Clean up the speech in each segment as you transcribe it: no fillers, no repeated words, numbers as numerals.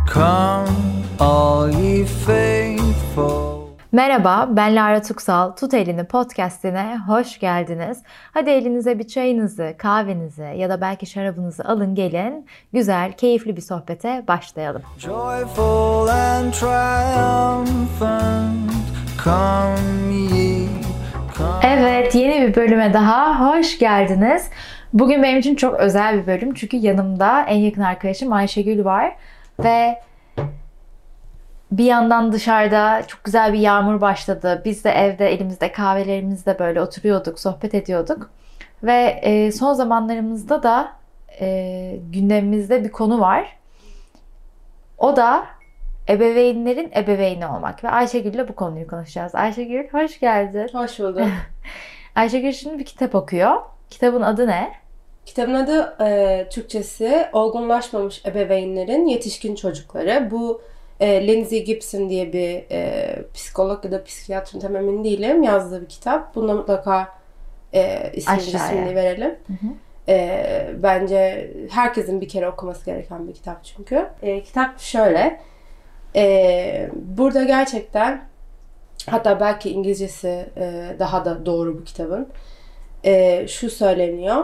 Come all ye faithful. Merhaba, ben Lara Tuksal. Tut Elini podcastine hoş geldiniz. Hadi elinize bir çayınızı, kahvenizi ya da belki şarabınızı alın gelin. Güzel, keyifli bir sohbete başlayalım. Joyful and triumphant, come ye, come. Evet, yeni bir bölüme daha hoş geldiniz. Bugün benim için çok özel bir bölüm çünkü yanımda en yakın arkadaşım Ayşegül var. Ve bir yandan dışarıda çok güzel bir yağmur başladı. Biz de evde elimizde kahvelerimizle böyle oturuyorduk, sohbet ediyorduk. Ve son zamanlarımızda da gündemimizde bir konu var. O da ebeveynlerin ebeveyni olmak. Ve Ayşegül'le bu konuyu konuşacağız. Ayşegül hoş geldin. Hoş bulduk. Ayşegül şimdi bir kitap okuyor. Kitabın adı ne? Kitabın adı Türkçesi Olgunlaşmamış Ebeveynlerin Yetişkin Çocukları. Bu Lindsay Gibson diye bir psikolog ya da psikiyatrın tam emin değilim yazdığı bir kitap. Bunda mutlaka ismini verelim. Hı hı. Bence herkesin bir kere okuması gereken bir kitap çünkü. Kitap şöyle. Burada gerçekten hatta belki İngilizcesi daha da doğru bu kitabın. Şu söyleniyor.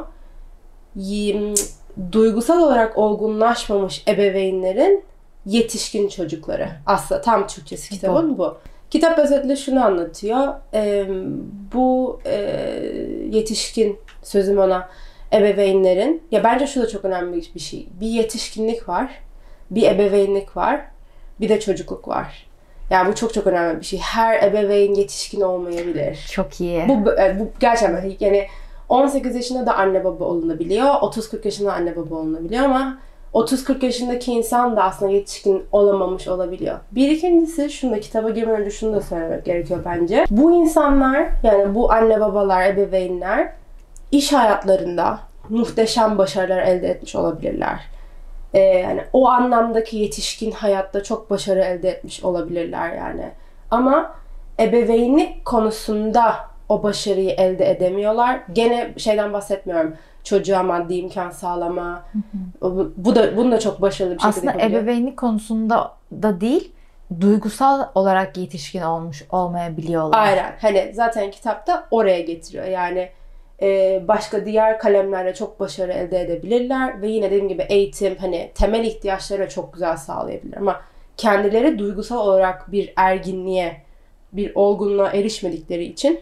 Duygusal olarak olgunlaşmamış ebeveynlerin yetişkin çocukları. Aslında tam Türkçesi kitabın bu. Kitap özetle şunu anlatıyor. Bu yetişkin, sözüm ona, ebeveynlerin, ya bence şu da çok önemli bir şey. Bir yetişkinlik var, bir ebeveynlik var, bir de çocukluk var. Yani bu çok çok önemli bir şey. Her ebeveyn yetişkin olmayabilir. Çok iyi. Bu gerçekten yani 18 yaşında da anne baba olunabiliyor. 30-40 yaşında anne baba olunabiliyor ama 30-40 yaşındaki insan da aslında yetişkin olamamış olabiliyor. Bir ikincisi, şunu da kitaba girmeden önce şunu da söylemek gerekiyor bence. Bu insanlar, yani bu anne babalar, ebeveynler iş hayatlarında muhteşem başarılar elde etmiş olabilirler. Yani o anlamdaki yetişkin hayatta çok başarı elde etmiş olabilirler yani. Ama ebeveynlik konusunda o başarıyı elde edemiyorlar. Gene şeyden bahsetmiyorum. Çocuğa maddi imkan sağlama. Bunu da çok başarılı bir şekilde aslında yapabiliyor. ebeveynlik konusunda da değil, duygusal olarak yetişkin olmayabiliyorlar. Aynen. Hani zaten kitapta oraya getiriyor. Yani başka diğer kalemlerle çok başarı elde edebilirler ve yine dediğim gibi eğitim, hani temel ihtiyaçları çok güzel sağlayabilir ama kendileri duygusal olarak bir erginliğe, bir olgunluğa erişmedikleri için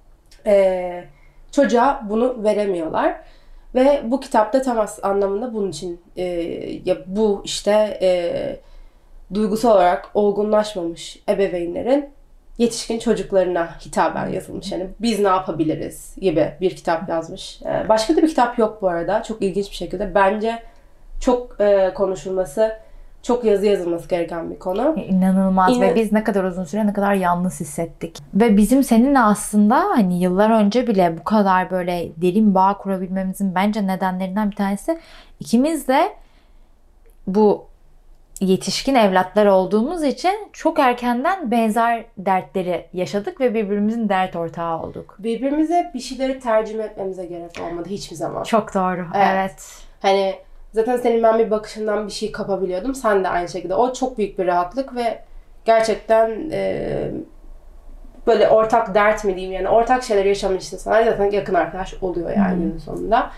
çocuğa bunu veremiyorlar. Ve bu kitapta tam anlamında bunun için ya bu işte duygusal olarak olgunlaşmamış ebeveynlerin yetişkin çocuklarına hitaben yazılmış. Yani biz ne yapabiliriz gibi bir kitap yazmış. Başka da bir kitap yok bu arada. Çok ilginç bir şekilde. Bence çok konuşulması, çok yazı yazılması gereken bir konu. İnanılmaz ve biz ne kadar uzun süre ne kadar yalnız hissettik. Ve bizim seninle aslında hani yıllar önce bile bu kadar böyle derin bağ kurabilmemizin bence nedenlerinden bir tanesi ikimiz de bu yetişkin evlatlar olduğumuz için çok erkenden benzer dertleri yaşadık ve birbirimizin dert ortağı olduk. Birbirimize bir şeyleri tercüme etmemize gerek olmadı hiçbir zaman. Çok doğru. Evet. Hani zaten senin ben bir bakışından bir şey kapabiliyordum. Sen de aynı şekilde. O çok büyük bir rahatlık ve gerçekten böyle ortak dert mi diyeyim, yani ortak şeyler yaşamış insanlar zaten yakın arkadaş oluyor yani günün sonunda.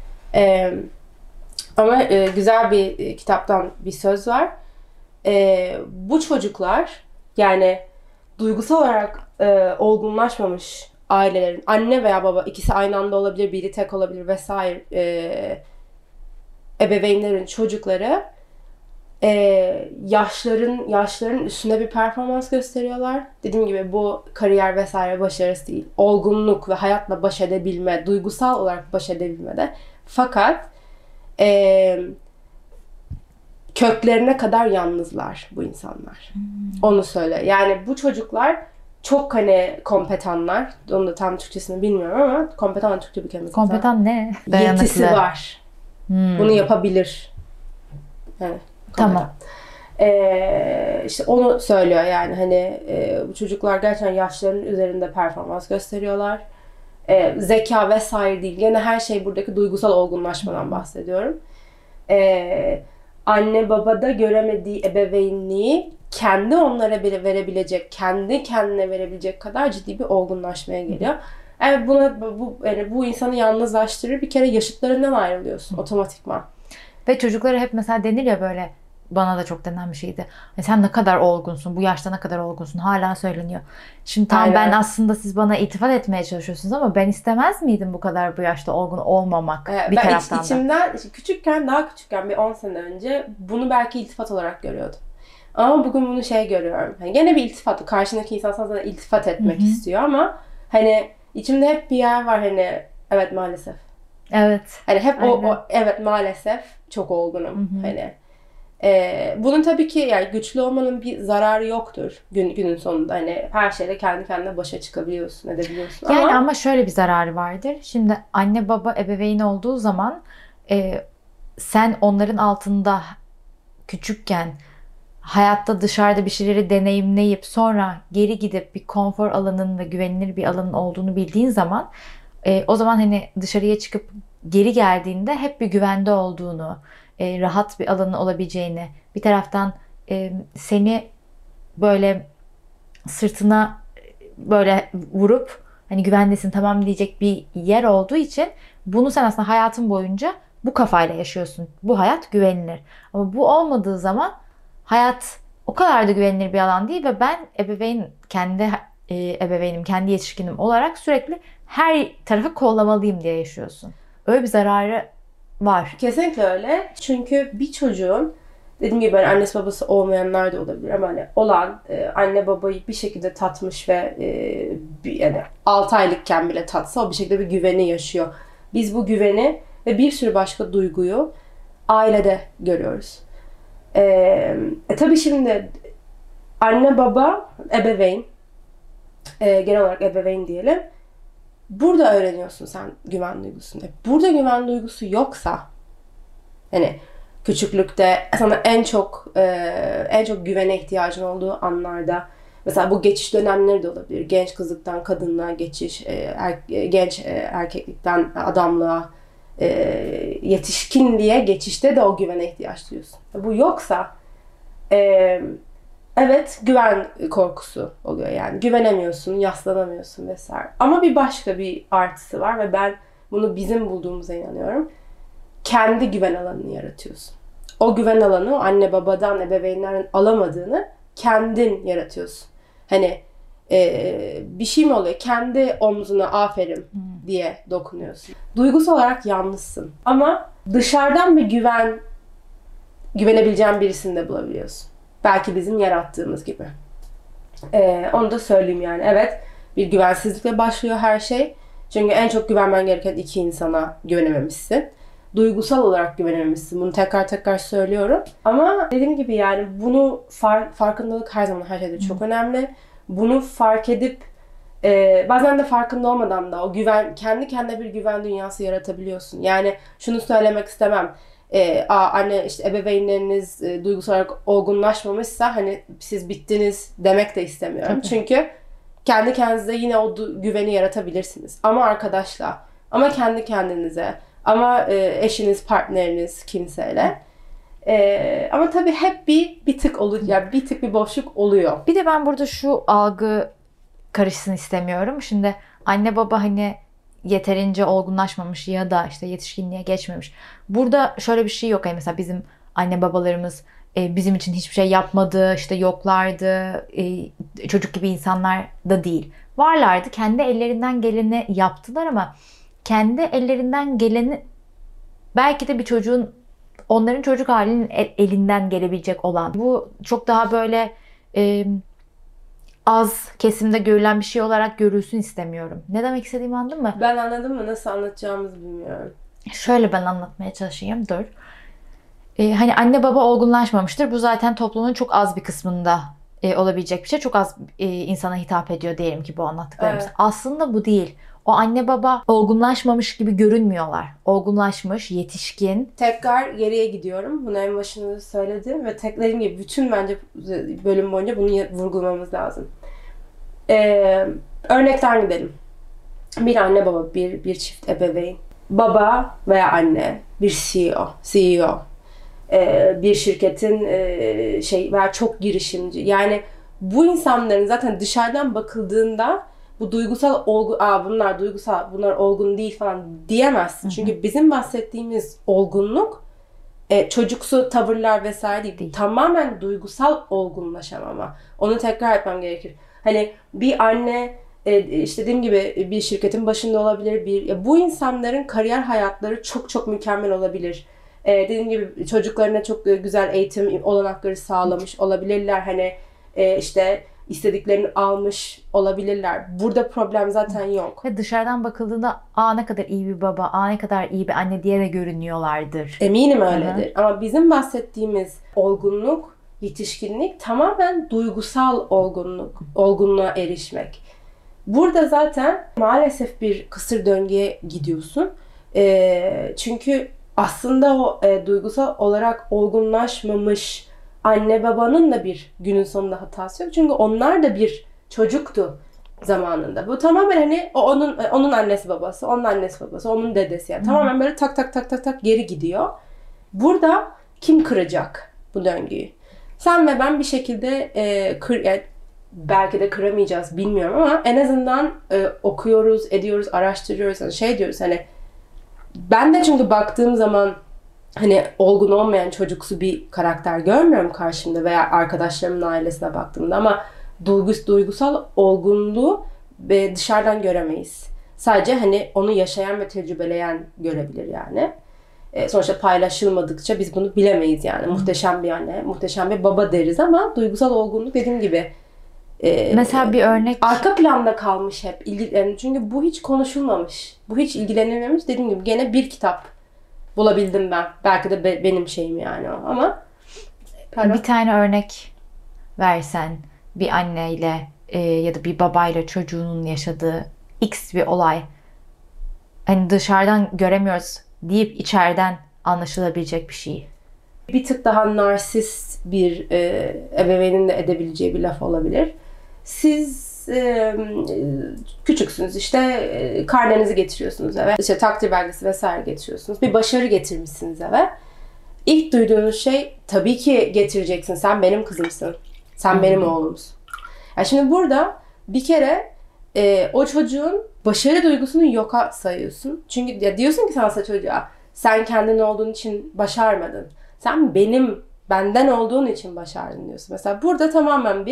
Ama güzel bir kitaptan bir söz var. Bu çocuklar, yani duygusal olarak olgunlaşmamış ailelerin, anne veya baba ikisi aynı anda olabilir, biri tek olabilir vesaire, ebeveynlerin çocukları yaşların üstünde bir performans gösteriyorlar. Dediğim gibi bu kariyer vesaire başarısı değil. Olgunluk ve hayatla baş edebilme, duygusal olarak baş edebilme de. Fakat köklerine kadar yalnızlar bu insanlar. Onu söyle. Yani bu çocuklar çok hani kompetanlar. Onu da tam Türkçesini bilmiyorum ama kompetan Türkçe bir kelime. Kompetan ne? Yetisi var. Bunu yapabilir. Yani tamam. İşte onu söylüyor yani hani bu çocuklar gerçekten yaşlarının üzerinde performans gösteriyorlar. Zeka vesaire değil. Gene her şey buradaki duygusal olgunlaşmadan bahsediyorum. anne babada göremediği ebeveynliği kendi onlara bile verebilecek, kendi kendine verebilecek kadar ciddi bir olgunlaşmaya geliyor. Evet, bu insanı yalnızlaştırır. Bir kere yaşıtlarından ayrılıyorsun otomatikman. Ve çocuklara hep mesela denir ya, böyle bana da çok denen bir şeydi. Sen ne kadar olgunsun, bu yaşta ne kadar olgunsun, hala söyleniyor. Şimdi tamam, Aynen. ben aslında siz bana iltifat etmeye çalışıyorsunuz ama ben istemez miydim bu kadar bu yaşta olgun olmamak bir Ben taraftan da. içimden daha küçükken bir 10 sene önce bunu belki iltifat olarak görüyordum. Ama bugün bunu görüyorum. Hani gene bir iltifat. Karşındaki insan sana iltifat etmek istiyor ama hani içimde hep bir yer var, hani evet maalesef. Evet. Hani hep Aynen. o evet maalesef çok olgunum. Hani bunun tabii ki yani güçlü olmanın bir zararı yoktur günün sonunda. Hani her şeyle kendi kendine başa çıkabiliyorsun, edebiliyorsun. Yani ama ama şöyle bir zararı vardır. Şimdi anne baba ebeveyn olduğu zaman sen onların altında küçükken hayatta dışarıda bir şeyleri deneyimleyip sonra geri gidip bir konfor alanının ve güvenilir bir alanın olduğunu bildiğin zaman o zaman hani dışarıya çıkıp geri geldiğinde hep bir güvende olduğunu, rahat bir alanın olabileceğini, bir taraftan seni böyle sırtına böyle vurup hani güvendesin tamam diyecek bir yer olduğu için bunu sen aslında hayatın boyunca bu kafayla yaşıyorsun. Bu hayat güvenilir. Ama bu olmadığı zaman hayat o kadar da güvenilir bir alan değil ve ben kendi ebeveynim, kendi yetişkinim olarak sürekli her tarafı kollamalıyım diye yaşıyorsun. Öyle bir zararı var. kesinlikle öyle. Çünkü bir çocuğun, dediğim gibi hani annesi babası olmayanlar da olabilir ama hani olan anne babayı bir şekilde tatmış ve yani 6 aylıkken bile tatsa o bir şekilde bir güveni yaşıyor. Biz bu güveni ve bir sürü başka duyguyu ailede görüyoruz. Tabii şimdi anne baba, ebeveyn, genel olarak ebeveyn diyelim. Burada öğreniyorsun sen güven duygusunu. Burada güven duygusu yoksa, hani küçüklükte sana en çok güvene ihtiyacın olduğu anlarda, mesela bu geçiş dönemleri de olabilir. Genç kızlıktan kadınlığa geçiş, genç erkeklikten adamlığa, yetişkinliğe geçişte de o güvene ihtiyaç duyuyorsun. Bu yoksa evet güven korkusu oluyor yani. Güvenemiyorsun, yaslanamıyorsun vesaire. Ama bir başka bir artısı var ve ben bunu bizim bulduğumuza inanıyorum. Kendi güven alanını yaratıyorsun. O güven alanı anne babadan, ebeveynlerin alamadığını kendin yaratıyorsun. Hani bir şey mi oluyor? Kendi omzuna aferin diye dokunuyorsun. Duygusal olarak yalnızsın. Ama dışarıdan bir güvenebileceğin birisini de bulabiliyorsun. Belki bizim yarattığımız gibi. Onu da söyleyeyim yani. Evet, bir güvensizlikle başlıyor her şey. Çünkü en çok güvenmen gereken iki insana güvenememişsin. Duygusal olarak güvenememişsin. Bunu tekrar tekrar söylüyorum. Ama dediğim gibi yani bunu farkındalık her zaman her şeyde çok önemli. Bunu fark edip bazen de farkında olmadan da o kendi kendine bir güven dünyası yaratabiliyorsun. Yani şunu söylemek istemem. Anne işte ebeveynleriniz duygusal olarak olgunlaşmamışsa hani siz bittiniz demek de istemiyorum. Tabii. Çünkü kendi kendinize yine o güveni yaratabilirsiniz. Ama arkadaşla, ama kendi kendinize, ama eşiniz, partneriniz kimseyle. Ama tabii hep bir tık oluyor. Yani bir tık bir boşluk oluyor. Bir de ben burada şu algı karışsın istemiyorum. Şimdi anne baba hani yeterince olgunlaşmamış ya da işte yetişkinliğe geçmemiş. Burada şöyle bir şey yok. Yani mesela bizim anne babalarımız bizim için hiçbir şey yapmadı, işte yoklardı, çocuk gibi insanlar da değil. Varlardı, kendi ellerinden geleni yaptılar ama kendi ellerinden geleni belki de bir çocuğun, onların çocuk halinin elinden gelebilecek olan. Bu çok daha böyle az kesimde görülen bir şey olarak görülsün istemiyorum. Ne demek istediğimi anladın mı? Ben anladım mı? Nasıl anlatacağımızı bilmiyorum. Şöyle ben anlatmaya çalışayım. Dur. Hani anne baba olgunlaşmamıştır. Bu zaten toplumun çok az bir kısmında olabilecek bir şey. Çok az insana hitap ediyor diyelim ki bu anlattıklarımız. Evet. Aslında bu değil. O anne baba olgunlaşmamış gibi görünmüyorlar. Olgunlaşmış, yetişkin. Tekrar geriye gidiyorum. Bunu en başında söyledim ve dediğim gibi bütün bence bölüm boyunca bunu vurgulamamız lazım. Örnekten gidelim. Bir anne baba, bir çift ebeveyn. Baba veya anne, bir CEO. bir şirketin veya çok girişimci. Yani bu insanların zaten dışarıdan bakıldığında bu duygusal olgu, bunlar duygusal, bunlar olgun değil falan diyemezsin. Çünkü bizim bahsettiğimiz olgunluk çocuksu tavırlar vesaire değil. Tamamen duygusal olgunlaşamama. Onu tekrar etmem gerekir. Hani bir anne işte dediğim gibi bir şirketin başında olabilir. Bu insanların kariyer hayatları çok çok mükemmel olabilir. Dediğim gibi çocuklarına çok güzel eğitim olanakları sağlamış olabilirler. Hani işte istediklerini almış olabilirler. Burada problem zaten yok. Ve dışarıdan bakıldığında ne kadar iyi bir baba, ne kadar iyi bir anne diye de görünüyorlardır. Eminim öyledir. Ama bizim bahsettiğimiz olgunluk, yetişkinlik tamamen duygusal olgunluğa erişmek. Burada zaten maalesef bir kısır döngüye gidiyorsun. Çünkü aslında o duygusal olarak olgunlaşmamış anne babanın da bir günün sonunda hatası yok. Çünkü onlar da bir çocuktu zamanında. Bu tamamen hani onun annesi babası, onun annesi babası, onun dedesi. Yani tamamen böyle tak tak tak tak tak geri gidiyor. Burada kim kıracak bu döngüyü? Sen ve ben bir şekilde yani belki de kıramayacağız bilmiyorum ama en azından okuyoruz, ediyoruz, araştırıyoruz. Yani diyoruz hani ben de çünkü baktığım zaman hani olgun olmayan çocuksu bir karakter görmüyorum karşımda veya arkadaşlarımın ailesine baktığımda ama duygusal olgunluğu dışarıdan göremeyiz. Sadece hani onu yaşayan ve tecrübeleyen görebilir yani. Sonuçta paylaşılmadıkça biz bunu bilemeyiz yani. Muhteşem bir anne, muhteşem bir baba deriz ama duygusal olgunluk dediğim gibi mesela bir örnek arka planda kalmış hep. Yani çünkü bu hiç konuşulmamış. Bu hiç ilgilenilmemiş. Dediğim gibi gene bir kitap bulabildim ben. Belki de benim şeyim yani o. Ama bir tane örnek versen bir anneyle ya da bir babayla çocuğunun yaşadığı X bir olay hani dışarıdan göremiyoruz deyip içeriden anlaşılabilecek bir şey. Bir tık daha narsist bir ebeveynin de edebileceği bir laf olabilir. Siz küçüksünüz işte karnenizi getiriyorsunuz eve. İşte takdir belgesi vesaire getiriyorsunuz. Bir başarı getirmişsiniz eve. İlk duyduğunuz şey tabii ki getireceksin. Sen benim kızımsın. Sen benim oğlumsun. Yani şimdi burada bir kere o çocuğun başarı duygusunu yoka sayıyorsun. Çünkü ya diyorsun ki sen çocuğa sen kendin olduğun için başarmadın. Sen benden olduğun için başardın diyorsun. Mesela burada tamamen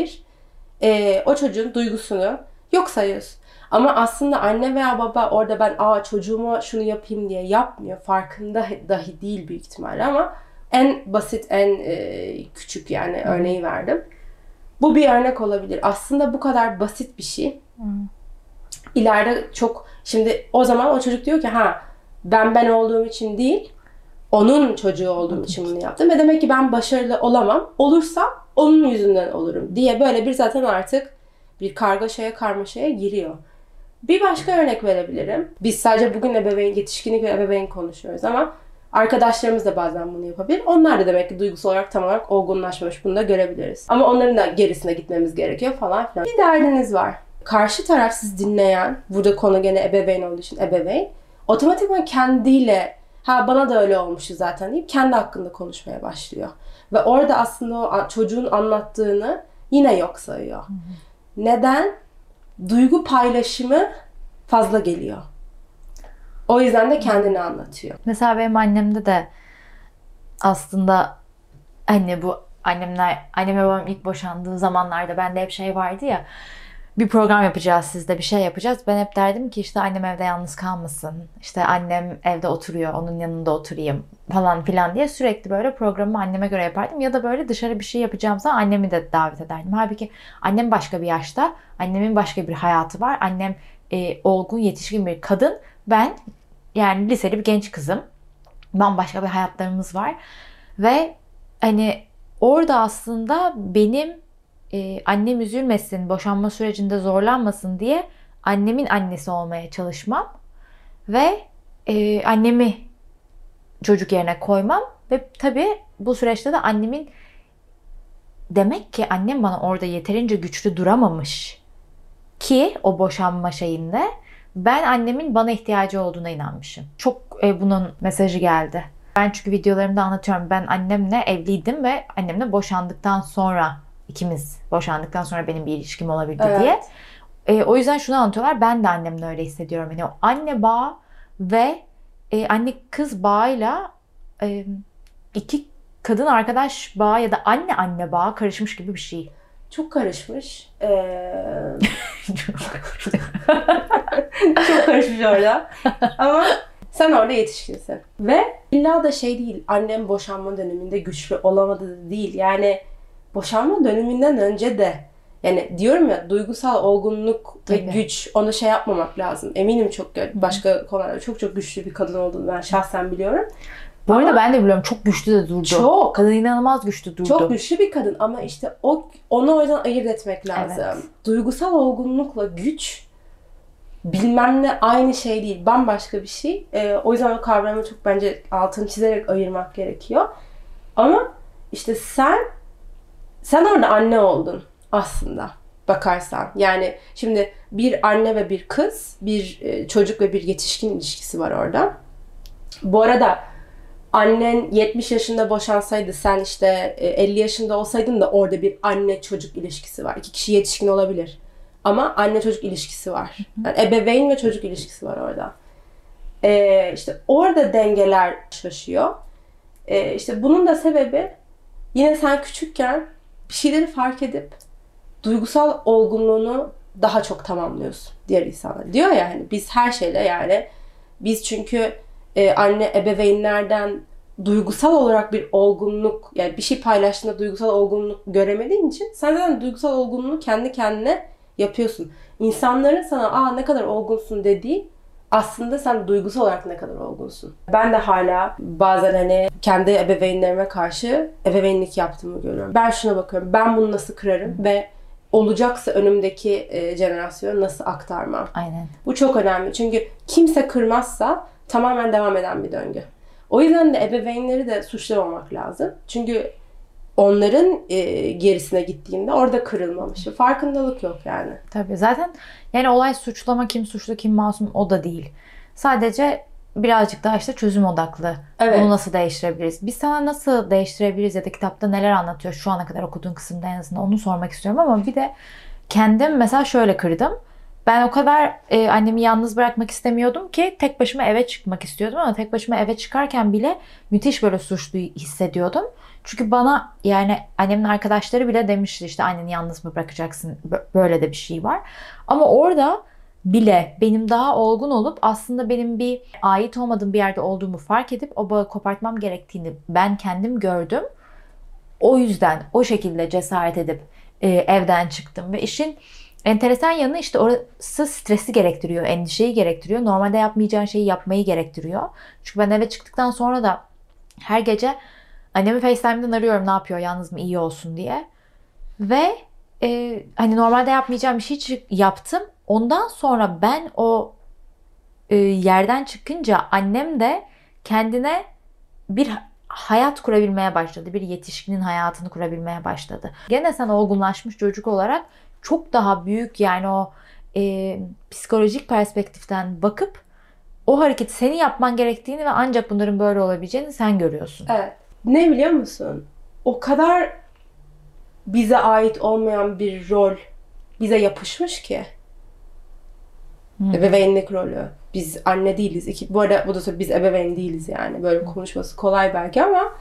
o çocuğun duygusunu yok sayıyorsun. Ama aslında anne veya baba orada ben çocuğuma şunu yapayım diye yapmıyor. Farkında dahi değil büyük ihtimalle ama en basit, en küçük yani örneği verdim. Bu bir örnek olabilir. Aslında bu kadar basit bir şey. İleride şimdi o zaman o çocuk diyor ki ben olduğum için değil, onun çocuğu olduğum için bunu yaptım. Ve demek ki ben başarılı olamam. Olursam onun yüzünden olurum diye böyle bir zaten artık bir karmaşaya giriyor. Bir başka örnek verebilirim. Biz sadece bugün yetişkinlik ve ebeveyn konuşuyoruz ama arkadaşlarımız da bazen bunu yapabilir. Onlar da demek ki duygusal olarak tam olarak olgunlaşmamış. Bunu da görebiliriz. Ama onların da gerisine gitmemiz gerekiyor falan filan. Bir derdiniz var. Karşı taraf siz dinleyen, burada konu gene ebeveyn olduğu için ebeveyn, otomatikman kendiyle bana da öyle olmuştu zaten deyip kendi hakkında konuşmaya başlıyor. Ve orada aslında o çocuğun anlattığını yine yok sayıyor. Neden? Duygu paylaşımı fazla geliyor. O yüzden de kendini anlatıyor. Mesela benim annemde de aslında annem ve babam ilk boşandığı zamanlarda bende hep vardı ya, bir program yapacağız sizde, bir şey yapacağız. Ben hep derdim ki işte annem evde yalnız kalmasın. İşte annem evde oturuyor, onun yanında oturayım falan filan diye sürekli böyle programımı anneme göre yapardım. Ya da böyle dışarı bir şey yapacağım zaman annemi de davet ederdim. Halbuki annem başka bir yaşta, annemin başka bir hayatı var. Annem olgun, yetişkin bir kadın. Ben yani liseli bir genç kızım. Bambaşka bir hayatlarımız var. Ve hani orada aslında benim annem üzülmesin, boşanma sürecinde zorlanmasın diye annemin annesi olmaya çalışmam ve annemi çocuk yerine koymam ve tabii bu süreçte de demek ki annem bana orada yeterince güçlü duramamış ki o boşanma şeyinde ben annemin bana ihtiyacı olduğuna inanmışım. Çok bunun mesajı geldi. Ben çünkü videolarımda anlatıyorum. Ben annemle evliydim ve annemle boşandıktan sonra, ikimiz boşandıktan sonra benim bir ilişkim olabildi Evet. diye. O yüzden şunu anlatıyorlar. Ben de annemle öyle hissediyorum. Yani o anne bağı ve anne kız bağıyla iki kadın arkadaş bağı ya da anne anne bağı karışmış gibi bir şey. Çok karışmış. Çok karışmış orada. Ama sen orada yetişkinsin. Ve illa da şey değil, annem boşanma döneminde güçlü olamadı da değil. Yani boşanma döneminden önce de, yani diyorum ya, duygusal olgunluk ve Tabii. güç, onu şey yapmamak lazım. Eminim çok başka konularda çok güçlü bir kadın olduğunu ben şahsen biliyorum. Bu arada Ama ben de biliyorum, çok güçlü de durdu. Çok. Kadın inanılmaz güçlü durdu. çok güçlü bir kadın ama işte onu o yüzden ayırt etmek lazım. Evet. Duygusal olgunlukla güç bilmem ne aynı şey değil. Bambaşka bir şey. O yüzden o kavramı çok bence altını çizerek ayırmak gerekiyor. Ama işte sen orada anne oldun aslında bakarsan. Yani şimdi bir anne ve bir kız, bir çocuk ve bir yetişkin ilişkisi var orada. Bu arada annen 70 yaşında boşansaydı, sen işte 50 yaşında olsaydın da orada bir anne çocuk ilişkisi var. İki kişi yetişkin olabilir. Ama anne çocuk ilişkisi var. Yani ebeveyn ve çocuk ilişkisi var orada. İşte orada dengeler şaşıyor. İşte bunun da sebebi, yine sen küçükken bir şeyleri fark edip duygusal olgunluğunu daha çok tamamlıyorsun diğer insanlar. Diyor ya hani biz her şeyle, yani biz çünkü anne ebeveynlerden duygusal olarak bir olgunluk, yani bir şey paylaştığında duygusal olgunluk göremediğin için sen zaten duygusal olgunluğu kendi kendine yapıyorsun. İnsanların sana ne kadar olgunsun dediği, aslında sen duygusal olarak ne kadar olgunsun. Ben de hala bazen hani kendi ebeveynlerime karşı ebeveynlik yaptığımı görüyorum. Ben şuna bakıyorum, ben bunu nasıl kırarım ve olacaksa önümdeki jenerasyona nasıl aktarmam. Aynen. Bu çok önemli çünkü kimse kırmazsa tamamen devam eden bir döngü. O yüzden de ebeveynleri de suçlamamak lazım. Çünkü onların gerisine gittiğinde orada kırılmamış. Farkındalık yok yani. Tabii zaten yani olay suçlama, kim suçlu kim masum o da değil. Sadece birazcık daha işte çözüm odaklı. Evet. Bunu nasıl değiştirebiliriz? Biz sana nasıl değiştirebiliriz ya da kitapta neler anlatıyor şu ana kadar okuduğun kısımda, en azından onu sormak istiyorum. Ama bir de kendim mesela şöyle kırdım. Ben o kadar annemi yalnız bırakmak istemiyordum ki tek başıma eve çıkmak istiyordum, ama tek başıma eve çıkarken bile müthiş böyle suçlu hissediyordum. Çünkü bana, yani annemin arkadaşları bile demişti işte anneni yalnız mı bırakacaksın, böyle de bir şey var. Ama orada bile benim daha olgun olup aslında benim bir ait olmadığım bir yerde olduğumu fark edip o bağı kopartmam gerektiğini ben kendim gördüm. O yüzden o şekilde cesaret edip evden çıktım ve işin enteresan yanı işte orası stresi gerektiriyor, endişeyi gerektiriyor. Normalde yapmayacağın şeyi yapmayı gerektiriyor. Çünkü ben eve çıktıktan sonra da her gece annemi FaceTime'den arıyorum, ne yapıyor, yalnız mı, iyi olsun diye. Ve hani normalde yapmayacağım bir şey yaptım. Ondan sonra ben o yerden çıkınca annem de kendine bir hayat kurabilmeye başladı. Bir yetişkinin hayatını kurabilmeye başladı. Gene sen olgunlaşmış çocuk olarak çok daha büyük, yani o psikolojik perspektiften bakıp o hareketi senin yapman gerektiğini ve ancak bunların böyle olabileceğini sen görüyorsun. Evet. Ne biliyor musun? O kadar bize ait olmayan bir rol bize yapışmış ki. Ebeveynlik rolü. Biz anne değiliz. Bu arada bu da biz ebeveyn değiliz yani. Böyle konuşması kolay belki ama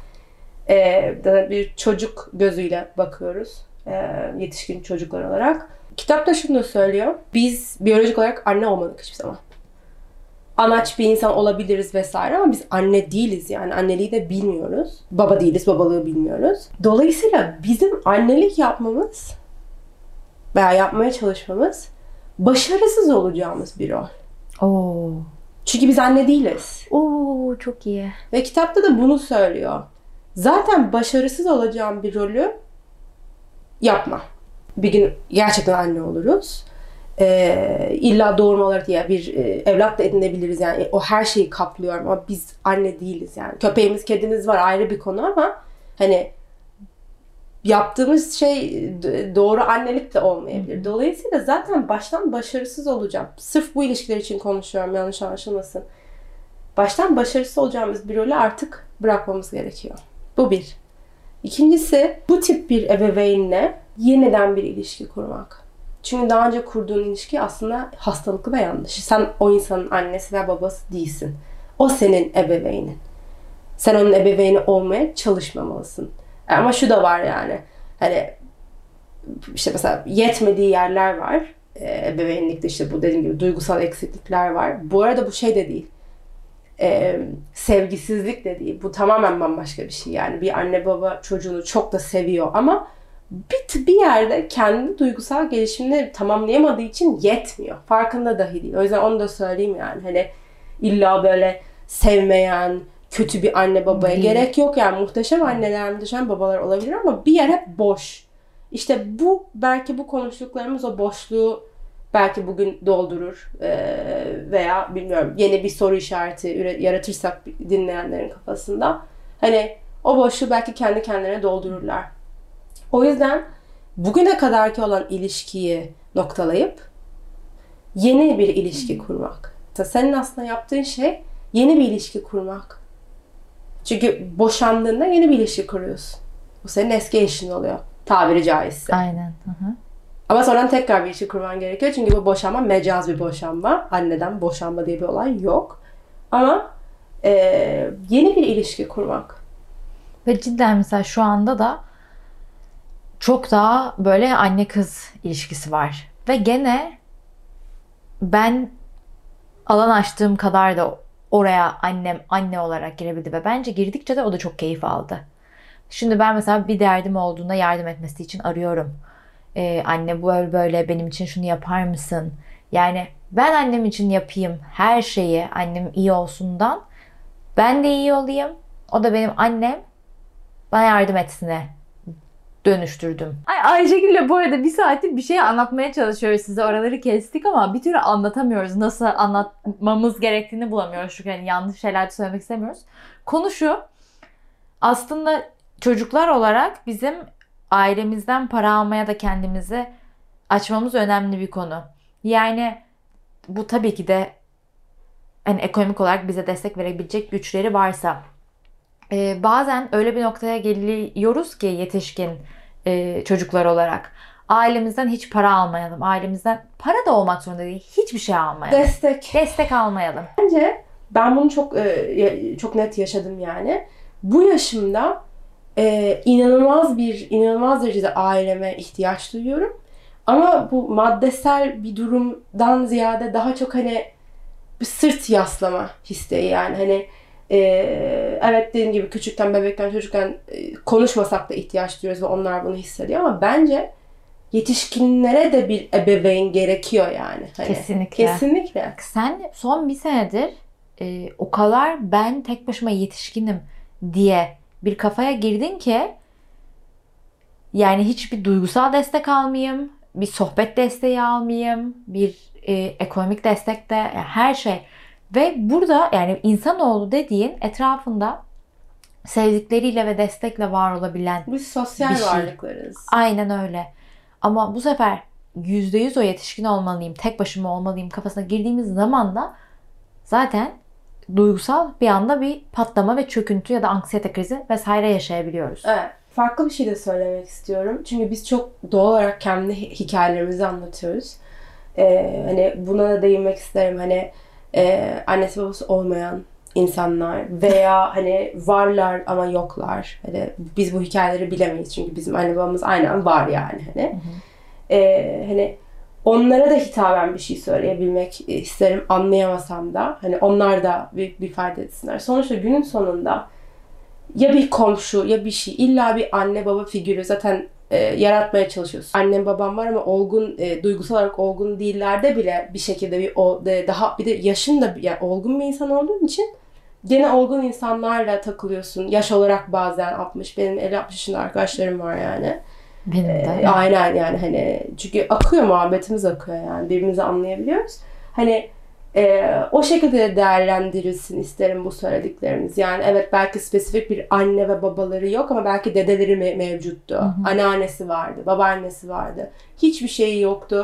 bir çocuk gözüyle bakıyoruz. Yetişkin çocuklar olarak. Kitapta şunu da söylüyor. Biz biyolojik olarak anne olmadık hiçbir zaman. Anaç bir insan olabiliriz vesaire ama biz anne değiliz yani. Anneliği de bilmiyoruz. Baba değiliz, babalığı bilmiyoruz. Dolayısıyla bizim annelik yapmamız veya yapmaya çalışmamız başarısız olacağımız bir rol. Oo. Çünkü biz anne değiliz. Oo, çok iyi. Ve kitapta da bunu söylüyor. Zaten başarısız olacağım bir rolü yapma. Bir gün gerçekten anne oluruz. İlla doğurmaları diye bir evlat da edinebiliriz yani. O her şeyi kaplıyor ama biz anne değiliz yani. Köpeğimiz, kedimiz var, ayrı bir konu ama hani yaptığımız şey doğru annelik de olmayabilir. Dolayısıyla zaten baştan başarısız olacağım. Sırf bu ilişkiler için konuşuyorum, yanlış anlaşılmasın. baştan başarısız olacağımız bir rolü artık bırakmamız gerekiyor. Bu bir. İkincisi, bu tip bir ebeveynle yeniden bir ilişki kurmak. Çünkü daha önce kurduğun ilişki aslında hastalıklı ve yanlış. Sen o insanın annesi ve babası değilsin. O senin ebeveynin. Sen onun ebeveyni olmaya çalışmamalısın. Ama şu da var yani. Hani işte mesela yetmediği yerler var. Ebeveynlikte işte bu dediğim gibi duygusal eksiklikler var. Bu arada bu şey de değil. Sevgisizlik de değil. Bu tamamen bambaşka bir şey. Yani bir anne baba çocuğunu çok da seviyor ama bir yerde kendi duygusal gelişimini tamamlayamadığı için yetmiyor. Farkında dahi değil. O yüzden onu da söyleyeyim yani. Hani illa böyle sevmeyen, kötü bir anne babaya gerek yok. Yani muhteşem anneler, muhteşem babalar olabilir ama bir yer hep boş. İşte bu belki bu konuştuklarımız o boşluğu belki bugün doldurur veya bilmiyorum yeni bir soru işareti yaratırsak dinleyenlerin kafasında. Hani o boşluğu belki kendi kendilerine doldururlar. O yüzden bugüne kadarki olan ilişkiyi noktalayıp yeni bir ilişki kurmak. Senin aslında yaptığın şey yeni bir ilişki kurmak. Çünkü boşandığında yeni bir ilişki kuruyorsun. Bu senin eski eşin oluyor. Tabiri caizse. Aynen. Hı. Ama sonra tekrar bir ilişki kurman gerekiyor. Çünkü bu boşanma mecaz bir boşanma. Anneden boşanma diye bir olay yok. Ama yeni bir ilişki kurmak. Ve cidden mesela şu anda da çok daha böyle anne kız ilişkisi var. Ve gene ben alan açtığım kadar da oraya annem anne olarak girebildi ve bence girdikçe de o da çok keyif aldı. Şimdi ben mesela bir derdim olduğunda yardım etmesi için arıyorum. Anne bu böyle benim için şunu yapar mısın? Yani ben annem için yapayım her şeyi annem iyi olsundan ben de iyi olayım. O da benim annem bana yardım etsine dönüştürdüm. Ayşegül'le bu arada bir saattir bir şey anlatmaya çalışıyoruz size. Oraları kestik ama bir türlü anlatamıyoruz. Nasıl anlatmamız gerektiğini bulamıyoruz. Çünkü yani yanlış şeyler de söylemek istemiyoruz. Konu şu. Aslında çocuklar olarak bizim ailemizden para almaya da kendimizi açmamız önemli bir konu. Yani bu tabii ki de hani ekonomik olarak bize destek verebilecek güçleri varsa. Bazen öyle bir noktaya geliyoruz ki yetişkin çocuklar olarak. Ailemizden hiç para almayalım. Ailemizden para da olmak zorunda değil. Hiçbir şey almayalım. Destek almayalım. Bence ben bunu çok net yaşadım yani. Bu yaşımda inanılmaz derecede aileme ihtiyaç duyuyorum. Ama bu maddesel bir durumdan ziyade daha çok hani bir sırt yaslama isteği yani hani evet dediğim gibi küçükten bebekken çocukken konuşmasak da ihtiyaç duyuyoruz ve onlar bunu hissediyor ama bence yetişkinlere de bir ebeveyn gerekiyor yani. Hani, kesinlikle. Sen son bir senedir o kadar ben tek başıma yetişkinim diye bir kafaya girdin ki yani hiçbir duygusal destek almayayım, bir sohbet desteği almayayım, bir ekonomik destek de yani her şey. Ve burada yani insanoğlu dediğin etrafında sevdikleriyle ve destekle var olabilen biz sosyal varlıklarız. Aynen öyle. Ama bu sefer %100 o yetişkin olmalıyım, tek başıma olmalıyım kafasına girdiğimiz zaman da zaten duygusal bir anda bir patlama ve çöküntü ya da anksiyete krizi vesaire yaşayabiliyoruz. Evet. Farklı bir şey de söylemek istiyorum. Çünkü biz çok doğal olarak kendi hikayelerimizi anlatıyoruz. Hani buna da değinmek isterim. Hani annesi babası olmayan insanlar veya hani varlar ama yoklar. Hani biz bu hikayeleri bilemeyiz çünkü bizim anne babamız aynen var yani hani. Hani onlara da hitaben bir şey söyleyebilmek isterim anlayamasam da. Hani onlar da bir fayda etsinler. Sonuçta günün sonunda ya bir komşu ya bir şey illa bir anne baba figürü zaten yaratmaya çalışıyorsun. Annem babam var ama olgun duygusal olarak olgun değillerde bile bir şekilde daha bir de yaşın da yani olgun bir insan olduğun için gene olgun insanlarla takılıyorsun. Yaş olarak bazen 60 benim 50-60 yaşında arkadaşlarım var yani. Benim de. Aynen yani hani çünkü akıyor muhabbetimiz akıyor yani birbirimizi anlayabiliyoruz. Hani o şekilde değerlendirilsin isterim bu söylediklerimiz. Yani evet belki spesifik bir anne ve babaları yok ama belki dedeleri mevcuttu. Anneannesi vardı, babaannesi vardı. Hiçbir şeyi yoktu.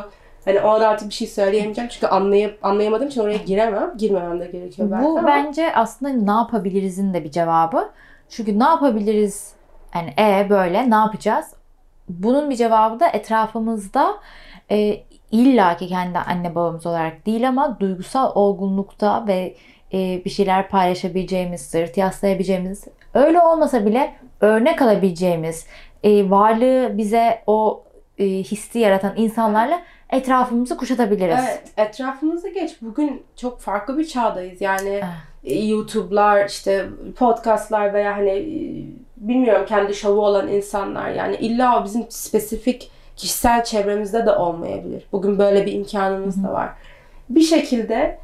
Hani o da artık bir şey söyleyemeyeceğim çünkü anlayamadığım için oraya girmemem de gerekiyor belki Bu ama. bence aslında ne yapabilirizin de bir cevabı. Çünkü ne yapabiliriz? Yani böyle ne yapacağız? Bunun bir cevabı da etrafımızda illaki kendi anne babamız olarak değil ama duygusal olgunlukta ve bir şeyler paylaşabileceğimiz, sırt yaslayabileceğimiz, öyle olmasa bile örnek alabileceğimiz, varlığı bize o hissi yaratan insanlarla etrafımızı kuşatabiliriz. Evet, etrafımızı geç. Bugün çok farklı bir çağdayız. Yani YouTube'lar, işte podcast'lar veya hani bilmiyorum kendi şovu olan insanlar. Yani illa o bizim spesifik kişisel çevremizde de olmayabilir. Bugün böyle bir imkanımız da var. Bir şekilde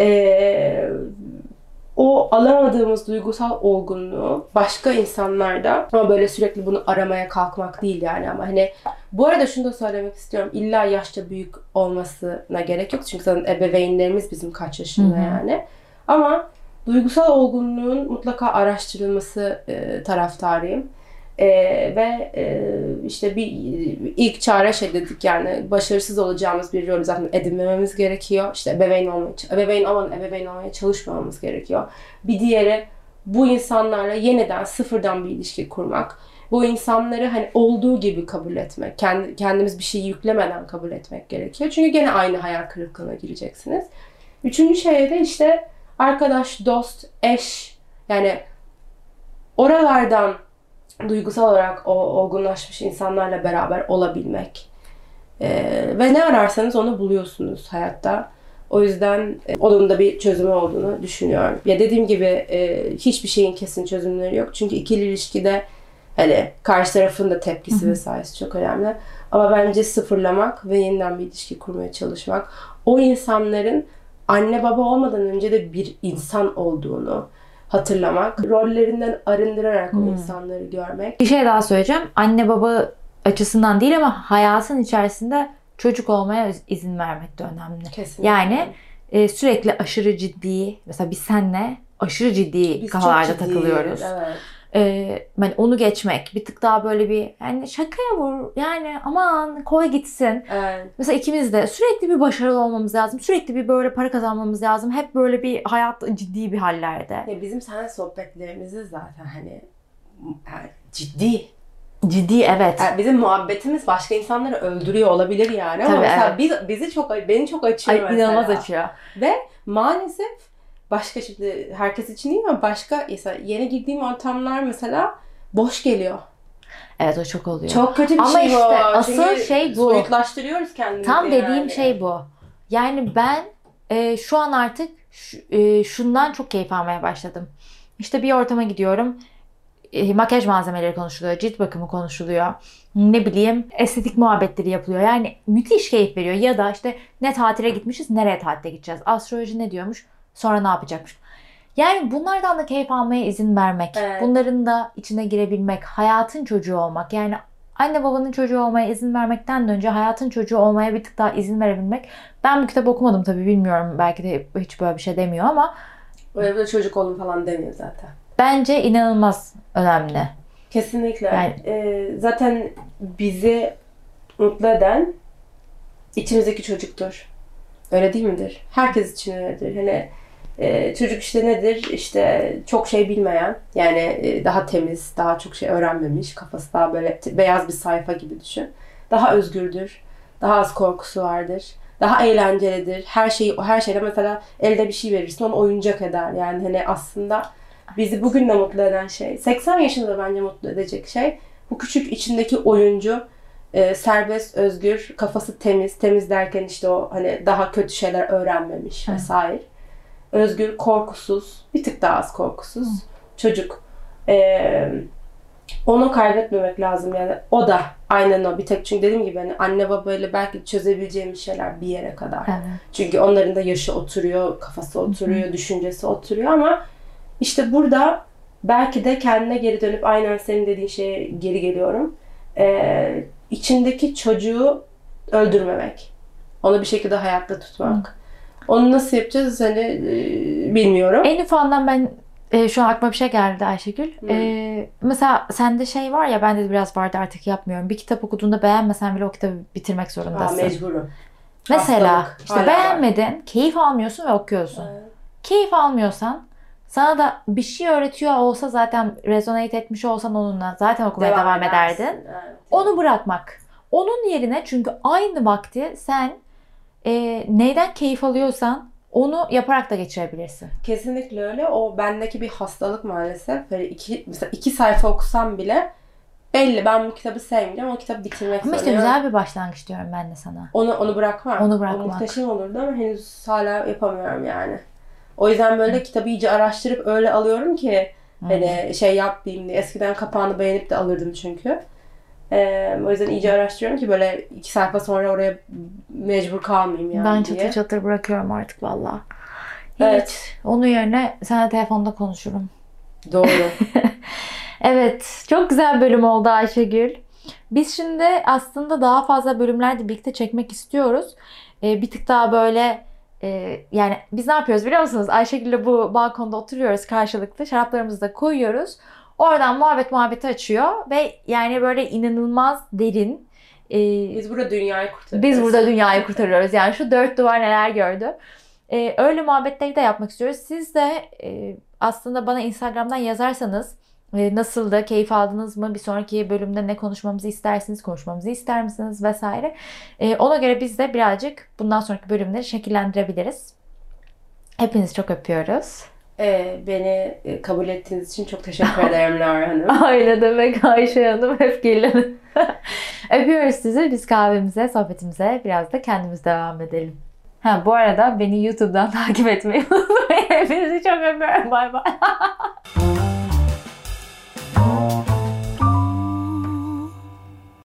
o alamadığımız duygusal olgunluğu başka insanlarda, ama böyle sürekli bunu aramaya kalkmak değil yani, ama hani bu arada şunu da söylemek istiyorum. İlla yaşça büyük olmasına gerek yok. Çünkü zaten ebeveynlerimiz bizim kaç yaşında yani. Ama duygusal olgunluğun mutlaka araştırılması taraftarıyım. Ve işte bir ilk çare dedik yani başarısız olacağımız bir rolü zaten edinmememiz gerekiyor. İşte ebeveyn olmaya çalışmamamız gerekiyor. Bir diğeri bu insanlarla yeniden sıfırdan bir ilişki kurmak. Bu insanları hani olduğu gibi kabul etmek. Kendimiz bir şeyi yüklemeden kabul etmek gerekiyor. Çünkü gene aynı hayal kırıklığına gireceksiniz. Üçüncü şey de işte arkadaş, dost, eş, yani oralardan duygusal olarak olgunlaşmış insanlarla beraber olabilmek. Ve ne ararsanız onu buluyorsunuz hayatta. O yüzden onun da bir çözümü olduğunu düşünüyorum. Ya dediğim gibi hiçbir şeyin kesin çözümleri yok. Çünkü ikili ilişkide hani karşı tarafın da tepkisi vesairesi çok önemli. Ama bence sıfırlamak ve yeniden bir ilişki kurmaya çalışmak. O insanların anne baba olmadan önce de bir insan olduğunu hatırlamak, rollerinden arındırarak o insanları görmek. Bir şey daha söyleyeceğim. Anne baba açısından değil ama hayatın içerisinde çocuk olmaya izin vermek de önemli. Kesinlikle. Yani sürekli aşırı ciddi, mesela biz seninle aşırı ciddi kafalarda takılıyoruz. Evet. Yani onu geçmek, bir tık daha böyle bir yani şakaya vur yani aman koy gitsin. Evet. Mesela ikimiz de sürekli bir başarılı olmamız lazım. Sürekli bir böyle para kazanmamız lazım. Hep böyle bir hayat ciddi bir hallerde. Ya bizim seninle sohbetlerimizde zaten hani yani ciddi. Ciddi evet. Yani bizim muhabbetimiz başka insanları öldürüyor olabilir yani. Ama tabii, mesela beni çok açıyor mesela. İnanılmaz açıyor. Ve maalesef başka, şimdi herkes için değil ama başka mesela yeni girdiğim ortamlar mesela boş geliyor. Evet, o çok oluyor. Çok kötü bir ama şey bu. işte asıl çünkü şey bu. Soyutlaştırıyoruz kendimizi. Tam dediğim yani. şey bu. Yani ben şu an artık şundan çok keyif almaya başladım. İşte bir ortama gidiyorum. Makyaj malzemeleri konuşuluyor. Cilt bakımı konuşuluyor. Ne bileyim estetik muhabbetleri yapılıyor. Yani müthiş keyif veriyor. Ya da işte ne tatile gitmişiz, nereye tatile gideceğiz? Astroloji ne diyormuş? Sonra ne yapacakmış? Yani bunlardan da keyif almaya izin vermek. Evet. Bunların da içine girebilmek. Hayatın çocuğu olmak. Yani anne babanın çocuğu olmaya izin vermekten de önce hayatın çocuğu olmaya bir tık daha izin verebilmek. Ben bu kitabı okumadım tabii, bilmiyorum. Belki de hiç böyle bir şey demiyor ama Öyle de çocuk olun falan demiyor zaten. bence inanılmaz önemli. Kesinlikle. Yani, zaten bizi mutlu eden içimizdeki çocuktur. Öyle değil midir? Herkes için öyledir. Hani çocuk işte nedir? İşte çok şey bilmeyen, yani daha temiz, daha çok şey öğrenmemiş, kafası daha böyle beyaz bir sayfa gibi düşün. Daha özgürdür. Daha az korkusu vardır. Daha eğlencelidir. Her şeyde mesela elde bir şey verirsin, onu oyuncak eder. Yani hani aslında bizi bugün de mutlu eden şey, 80 yaşında da bence mutlu edecek şey, bu küçük içindeki oyuncu, serbest, özgür, kafası temiz. Temiz derken işte o hani daha kötü şeyler öğrenmemiş vesaire. Özgür, korkusuz, bir tık daha az korkusuz çocuk. Onu kaybetmemek lazım yani. O da aynen o. Bir tek, çünkü dediğim gibi hani anne babayla belki çözebileceğimiz şeyler bir yere kadar. Evet. Çünkü onların da yaşı oturuyor, kafası oturuyor, düşüncesi oturuyor ama işte burada belki de kendine geri dönüp aynen senin dediğin şeye geri geliyorum. İçindeki çocuğu öldürmemek. Onu bir şekilde hayatta tutmak. Onu nasıl yapacağız hani bilmiyorum. En ufandan ben şu an aklıma bir şey geldi Ayşegül. Mesela sende şey var ya, bende de biraz vardı, artık yapmıyorum. Bir kitap okuduğunda beğenmesen bile o kitabı bitirmek zorundasın. Mecburum. Mesela Hastalık işte hala var. beğenmedin, keyif almıyorsun ve okuyorsun. Evet. Keyif almıyorsan, sana da bir şey öğretiyor olsa, zaten resonate etmiş olsan onunla zaten okumaya devam edersin. ederdin. Evet. Onu bırakmak. Onun yerine, çünkü aynı vakti sen neyden keyif alıyorsan onu yaparak da geçirebilirsin. Kesinlikle öyle. O bendeki bir hastalık maalesef. Böyle mesela 2 sayfa okusam bile belli, ben bu kitabı sevmeyeceğim. O kitabı bitirmek Ama işte zorundayım. güzel bir başlangıç diyorum ben de sana. Onu bırakmam. Onu bırakmak. O muhteşem olurdu ama henüz hala yapamıyorum yani. O yüzden böyle kitabı iyice araştırıp öyle alıyorum ki hani şey yapmayayım diye. Eskiden kapağını beğenip de alırdım çünkü. O yüzden iyice araştırıyorum ki böyle 2 sayfa sonra oraya mecbur kalmayayım yani Ben diye. çatır çatır bırakıyorum artık valla. Evet. Hiç. Onun yerine sana telefonda konuşurum. Doğru. Evet. Çok güzel bölüm oldu Ayşegül. Biz şimdi aslında daha fazla bölümler de birlikte çekmek istiyoruz. Bir tık daha böyle yani biz ne yapıyoruz biliyor musunuz? Ayşegül'le bu balkonda oturuyoruz karşılıklı. Şaraplarımızı da koyuyoruz. Oradan muhabbeti açıyor ve yani böyle inanılmaz derin. Biz burada dünyayı kurtarıyoruz. Biz burada dünyayı kurtarıyoruz. Yani şu 4 duvar neler gördü. Öyle muhabbetleri de yapmak istiyoruz. Siz de aslında bana Instagram'dan yazarsanız nasıldı, keyif aldınız mı, bir sonraki bölümde ne konuşmamızı istersiniz, konuşmamızı ister misiniz vesaire. Ona göre biz de birazcık bundan sonraki bölümleri şekillendirebiliriz. Hepinizi çok öpüyoruz. Beni kabul ettiğiniz için çok teşekkür ederim Lara Hanım. Öyle demek Ayşe Hanım, hep gelin. Öpüyoruz sizi. Biz kahvemize, sohbetimize biraz da kendimiz devam edelim. Bu arada beni YouTube'dan takip etmeyi unutmayın. Hepinizi çok öpüyorum. Bay bay.